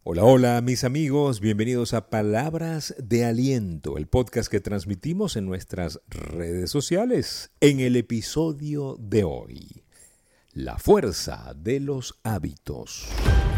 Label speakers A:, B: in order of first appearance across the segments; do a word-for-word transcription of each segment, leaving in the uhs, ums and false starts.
A: Hola, hola mis amigos, bienvenidos a Palabras de Aliento, el podcast que transmitimos en nuestras redes sociales. En el episodio de hoy, la fuerza de los hábitos.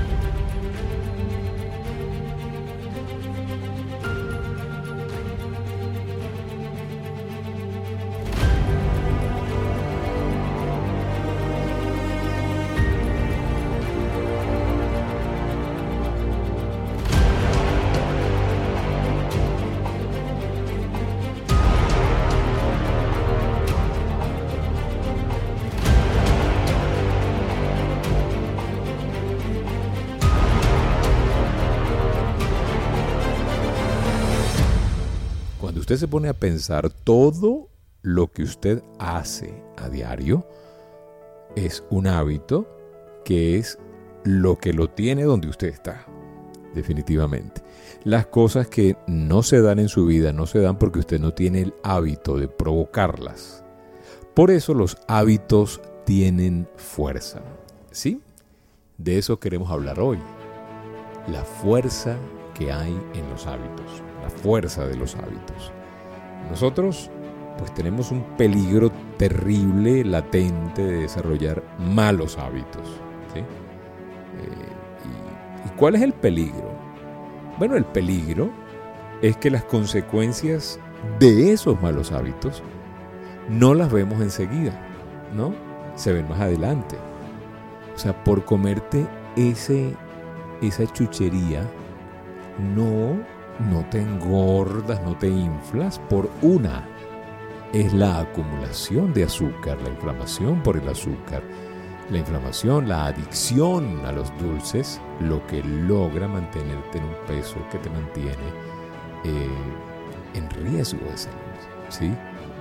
A: Cuando usted se pone a pensar, todo lo que usted hace a diario es un hábito que es lo que lo tiene donde usted está, definitivamente. Las cosas que no se dan en su vida no se dan porque usted no tiene el hábito de provocarlas. Por eso los hábitos tienen fuerza, ¿sí? De eso queremos hablar hoy. La fuerza que hay en los hábitos. La fuerza de los hábitos. Nosotros pues tenemos un peligro terrible, latente de desarrollar malos hábitos, ¿sí? Eh, y, ¿Y cuál es el peligro? Bueno, el peligro es que las consecuencias de esos malos hábitos no las vemos enseguida, ¿no? Se ven más adelante. O sea, por comerte ese, esa chuchería, no... No te engordas, no te inflas por una. Es la acumulación de azúcar, la inflamación por el azúcar, la inflamación, la adicción a los dulces, lo que logra mantenerte en un peso que te mantiene eh, en riesgo de salud, ¿sí?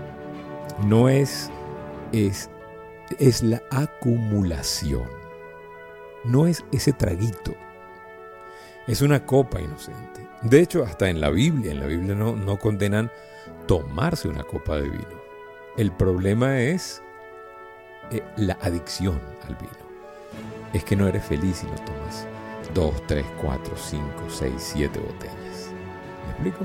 A: No es, es, es la acumulación, no es ese traguito, es una copa inocente. De hecho, hasta en la Biblia, en la Biblia no, no condenan tomarse una copa de vino. El problema es eh, la adicción al vino. Es que no eres feliz si no tomas dos, tres, cuatro, cinco, seis, siete botellas. ¿Me explico?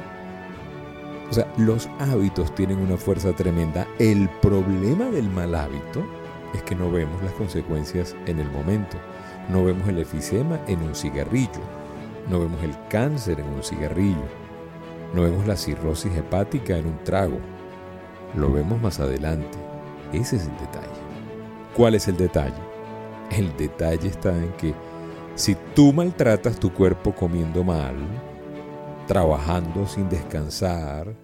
A: O sea, los hábitos tienen una fuerza tremenda. El problema del mal hábito es que no vemos las consecuencias en el momento. No vemos el efisema en un cigarrillo. No vemos el cáncer en un cigarrillo. No vemos la cirrosis hepática en un trago. Lo vemos más adelante. Ese es el detalle. ¿Cuál es el detalle? El detalle está en que si tú maltratas tu cuerpo comiendo mal, trabajando sin descansar,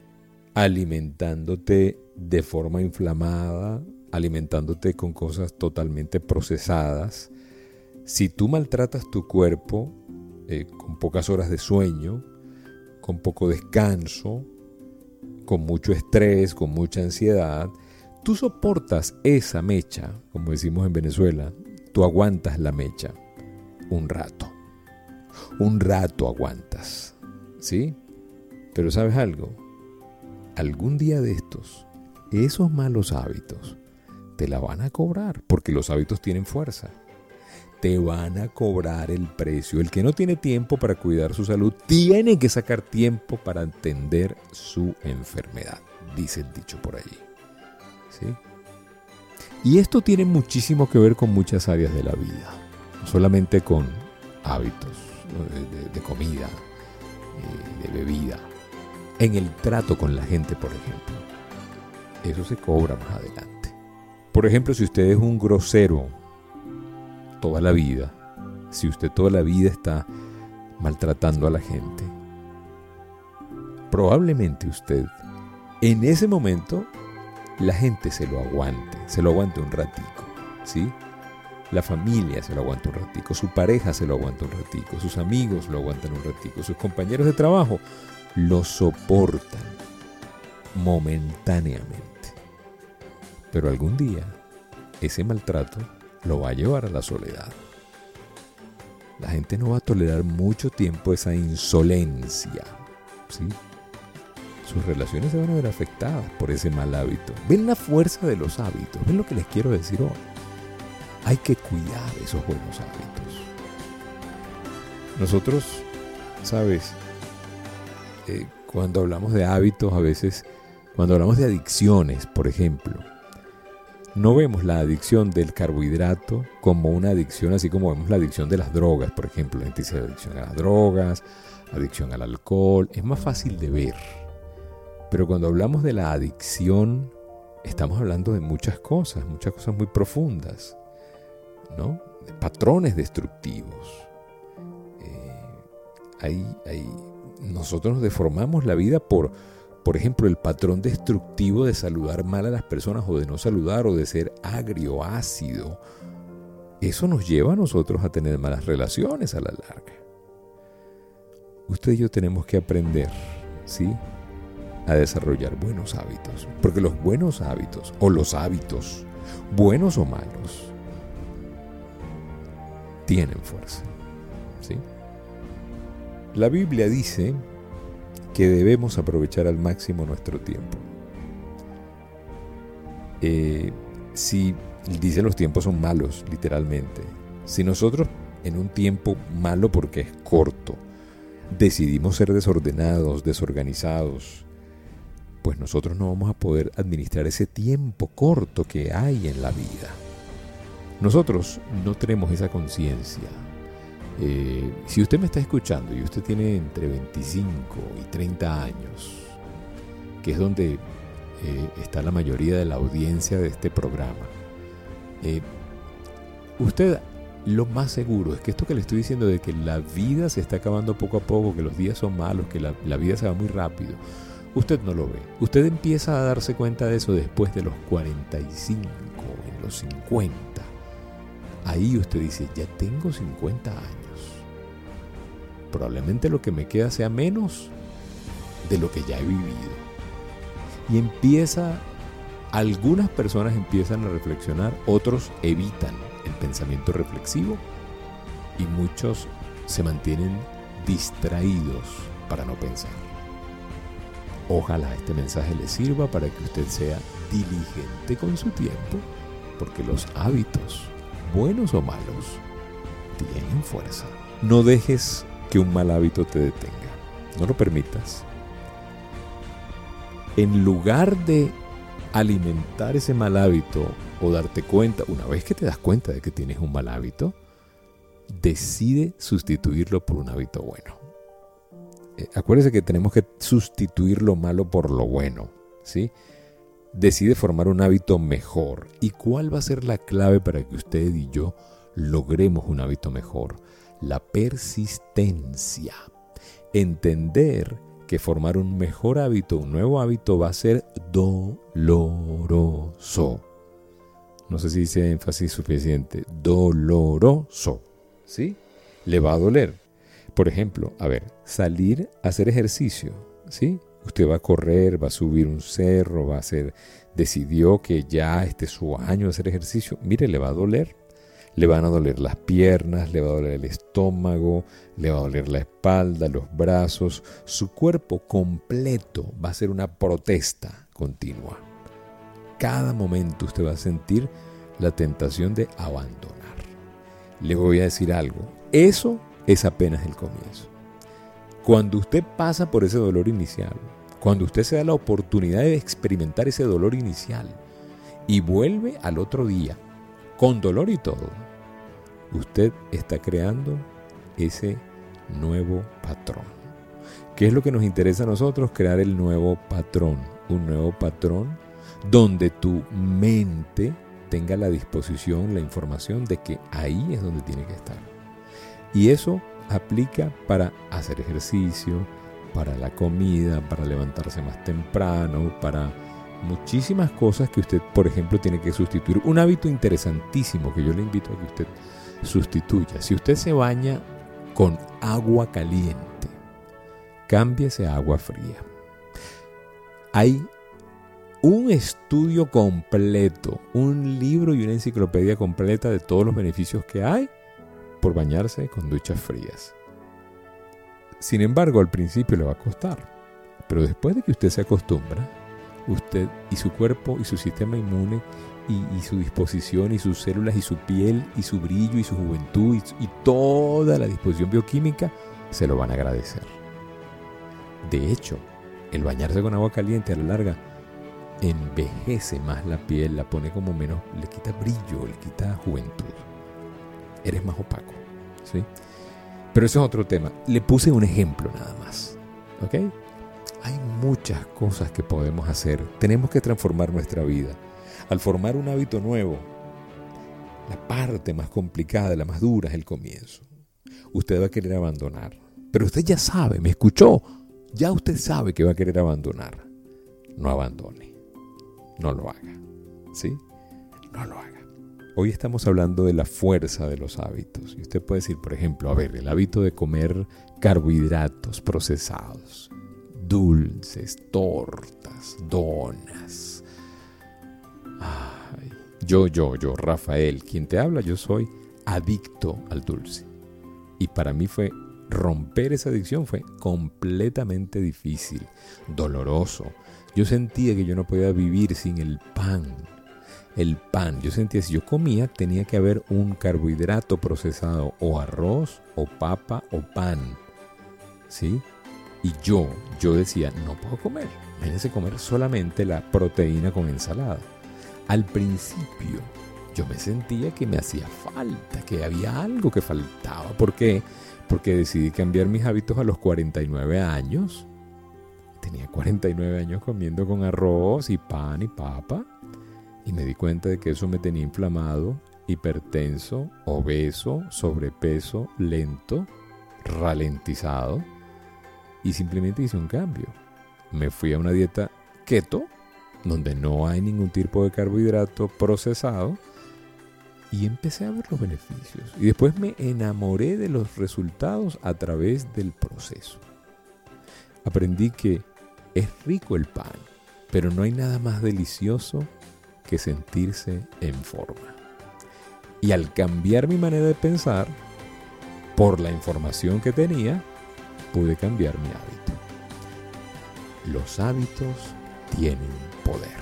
A: alimentándote de forma inflamada, alimentándote con cosas totalmente procesadas, si tú maltratas tu cuerpo Eh, con pocas horas de sueño, con poco descanso, con mucho estrés, con mucha ansiedad, tú soportas esa mecha, como decimos en Venezuela, tú aguantas la mecha un rato, un rato aguantas, ¿sí? Pero ¿sabes algo? Algún día de estos, esos malos hábitos te la van a cobrar, porque los hábitos tienen fuerza. Te van a cobrar el precio. El que no tiene tiempo para cuidar su salud tiene que sacar tiempo para atender su enfermedad, dice el dicho por allí, ¿sí? Y esto tiene muchísimo que ver con muchas áreas de la vida, no solamente con hábitos de, de, de comida, de bebida, en el trato con la gente, por ejemplo. Eso se cobra más adelante. Por ejemplo, si usted es un grosero toda la vida, si usted toda la vida está maltratando a la gente, probablemente usted en ese momento la gente se lo aguante, se lo aguante un ratico, ¿sí? La familia se lo aguanta un ratico, su pareja se lo aguanta un ratico, sus amigos lo aguantan un ratico, sus compañeros de trabajo lo soportan momentáneamente. Pero algún día ese maltrato lo va a llevar a la soledad. La gente no va a tolerar mucho tiempo esa insolencia, ¿sí? Sus relaciones se van a ver afectadas por ese mal hábito. ¿Ven la fuerza de los hábitos? ¿Ven lo que les quiero decir hoy? Hay que cuidar esos buenos hábitos. Nosotros, ¿sabes? Eh, cuando hablamos de hábitos, a veces, cuando hablamos de adicciones, por ejemplo, no vemos la adicción del carbohidrato como una adicción, así como vemos la adicción de las drogas, por ejemplo. La gente dice adicción a las drogas, adicción al alcohol, es más fácil de ver. Pero cuando hablamos de la adicción, estamos hablando de muchas cosas, muchas cosas muy profundas, ¿no? De patrones destructivos. Eh, hay, hay, nosotros nos deformamos la vida por, por ejemplo, el patrón destructivo de saludar mal a las personas o de no saludar o de ser agrio, ácido. Eso nos lleva a nosotros a tener malas relaciones a la larga. Usted y yo tenemos que aprender, ¿sí?, a desarrollar buenos hábitos. Porque los buenos hábitos, o los hábitos, buenos o malos, tienen fuerza, ¿sí? La Biblia dice que debemos aprovechar al máximo nuestro tiempo. Eh, si dice los tiempos son malos, literalmente. Si nosotros en un tiempo malo porque es corto, decidimos ser desordenados, desorganizados, pues nosotros no vamos a poder administrar ese tiempo corto que hay en la vida. Nosotros no tenemos esa conciencia. Eh, si usted me está escuchando y usted tiene entre veinticinco y treinta años, que es donde eh, está la mayoría de la audiencia de este programa, eh, usted lo más seguro es que esto que le estoy diciendo de que la vida se está acabando poco a poco, que los días son malos, que la, la vida se va muy rápido, usted no lo ve. Usted empieza a darse cuenta de eso después de los cuarenta y cinco, en los cincuenta. Ahí usted dice, ya tengo cincuenta años. Probablemente lo que me queda sea menos de lo que ya he vivido. Y empieza, algunas personas empiezan a reflexionar, otros evitan el pensamiento reflexivo y muchos se mantienen distraídos para no pensar. Ojalá este mensaje le sirva para que usted sea diligente con su tiempo, porque los hábitos, buenos o malos, tienen fuerza. No dejes que un mal hábito te detenga. No lo permitas. En lugar de alimentar ese mal hábito o darte cuenta, una vez que te das cuenta de que tienes un mal hábito, decide sustituirlo por un hábito bueno. Eh, acuérdese que tenemos que sustituir lo malo por lo bueno, ¿sí? Decide formar un hábito mejor. ¿Y cuál va a ser la clave para que usted y yo logremos un hábito mejor? La persistencia. Entender que formar un mejor hábito, un nuevo hábito, va a ser doloroso. No sé si dice énfasis suficiente. Doloroso, ¿sí? Le va a doler. Por ejemplo, a ver, salir a hacer ejercicio, ¿sí? Usted va a correr, va a subir un cerro, va a hacer, decidió que ya este es su año de hacer ejercicio. Mire, le va a doler. Le van a doler las piernas, le va a doler el estómago, le va a doler la espalda, los brazos. Su cuerpo completo va a ser una protesta continua. Cada momento usted va a sentir la tentación de abandonar. Le voy a decir algo. Eso es apenas el comienzo. Cuando usted pasa por ese dolor inicial, cuando usted se da la oportunidad de experimentar ese dolor inicial y vuelve al otro día con dolor y todo, usted está creando ese nuevo patrón. ¿Qué es lo que nos interesa a nosotros? Crear el nuevo patrón. Un nuevo patrón donde tu mente tenga la disposición, la información de que ahí es donde tiene que estar. Y eso aplica para hacer ejercicio, para la comida, para levantarse más temprano, para muchísimas cosas que usted, por ejemplo, tiene que sustituir. Un hábito interesantísimo que yo le invito a que usted sustituya. Si usted se baña con agua caliente, cámbiese a agua fría. Hay un estudio completo, un libro y una enciclopedia completa de todos los beneficios que hay por bañarse con duchas frías. Sin embargo, al principio le va a costar, pero después de que usted se acostumbra, usted y su cuerpo y su sistema inmune y, y su disposición y sus células y su piel y su brillo y su juventud y, y toda la disposición bioquímica se lo van a agradecer. De hecho, el bañarse con agua caliente a la larga envejece más la piel, la pone como menos, le quita brillo, le quita juventud. Eres más opaco, ¿sí? Pero eso es otro tema. Le puse un ejemplo nada más, ¿ok? Hay muchas cosas que podemos hacer. Tenemos que transformar nuestra vida. Al formar un hábito nuevo, la parte más complicada, la más dura es el comienzo. Usted va a querer abandonar. Pero usted ya sabe, me escuchó. Ya usted sabe que va a querer abandonar. No abandone. No lo haga. ¿Sí? No lo haga. Hoy estamos hablando de la fuerza de los hábitos. Y usted puede decir, por ejemplo, a ver, el hábito de comer carbohidratos procesados, dulces, tortas, donas. Ay, yo, yo, yo, Rafael, quien te habla, yo soy adicto al dulce. Y para mí fue romper esa adicción fue completamente difícil, doloroso. Yo sentía que yo no podía vivir sin el pan. El pan, yo sentía que si yo comía tenía que haber un carbohidrato procesado, o arroz, o papa, o pan, ¿sí? Y yo, yo decía, no puedo comer. Imagínense comer solamente la proteína con ensalada. Al principio yo me sentía que me hacía falta, que había algo que faltaba. ¿Por qué? Porque decidí cambiar mis hábitos a los cuarenta y nueve años. Tenía cuarenta y nueve años comiendo con arroz y pan y papa. Y me di cuenta de que eso me tenía inflamado, hipertenso, obeso, sobrepeso, lento, ralentizado. Y simplemente hice un cambio. Me fui a una dieta keto, donde no hay ningún tipo de carbohidrato procesado. Y empecé a ver los beneficios. Y después me enamoré de los resultados a través del proceso. Aprendí que es rico el pan, pero no hay nada más delicioso que sentirse en forma. Y al cambiar mi manera de pensar, por la información que tenía, pude cambiar mi hábito. Los hábitos tienen poder.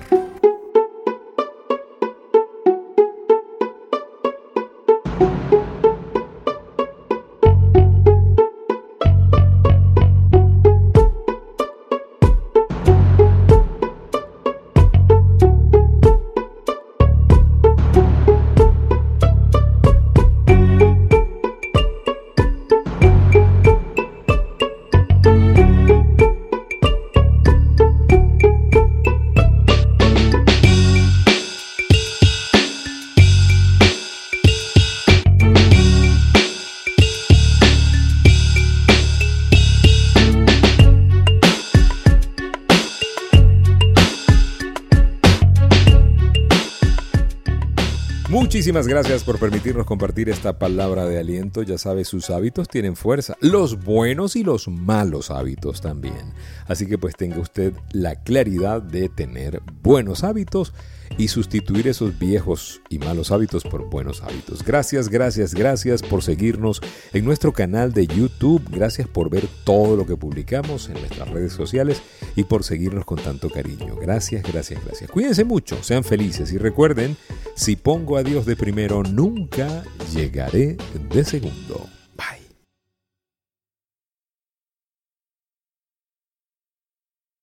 A: Muchísimas gracias por permitirnos compartir esta palabra de aliento. Ya sabes, sus hábitos tienen fuerza, los buenos y los malos hábitos también. Así que pues tenga usted la claridad de tener buenos hábitos y sustituir esos viejos y malos hábitos por buenos hábitos. Gracias, gracias, gracias por seguirnos en nuestro canal de YouTube. Gracias por ver todo lo que publicamos en nuestras redes sociales y por seguirnos con tanto cariño. Gracias, gracias, gracias. Cuídense mucho, sean felices y recuerden, si pongo a Dios de primero, nunca llegaré de segundo.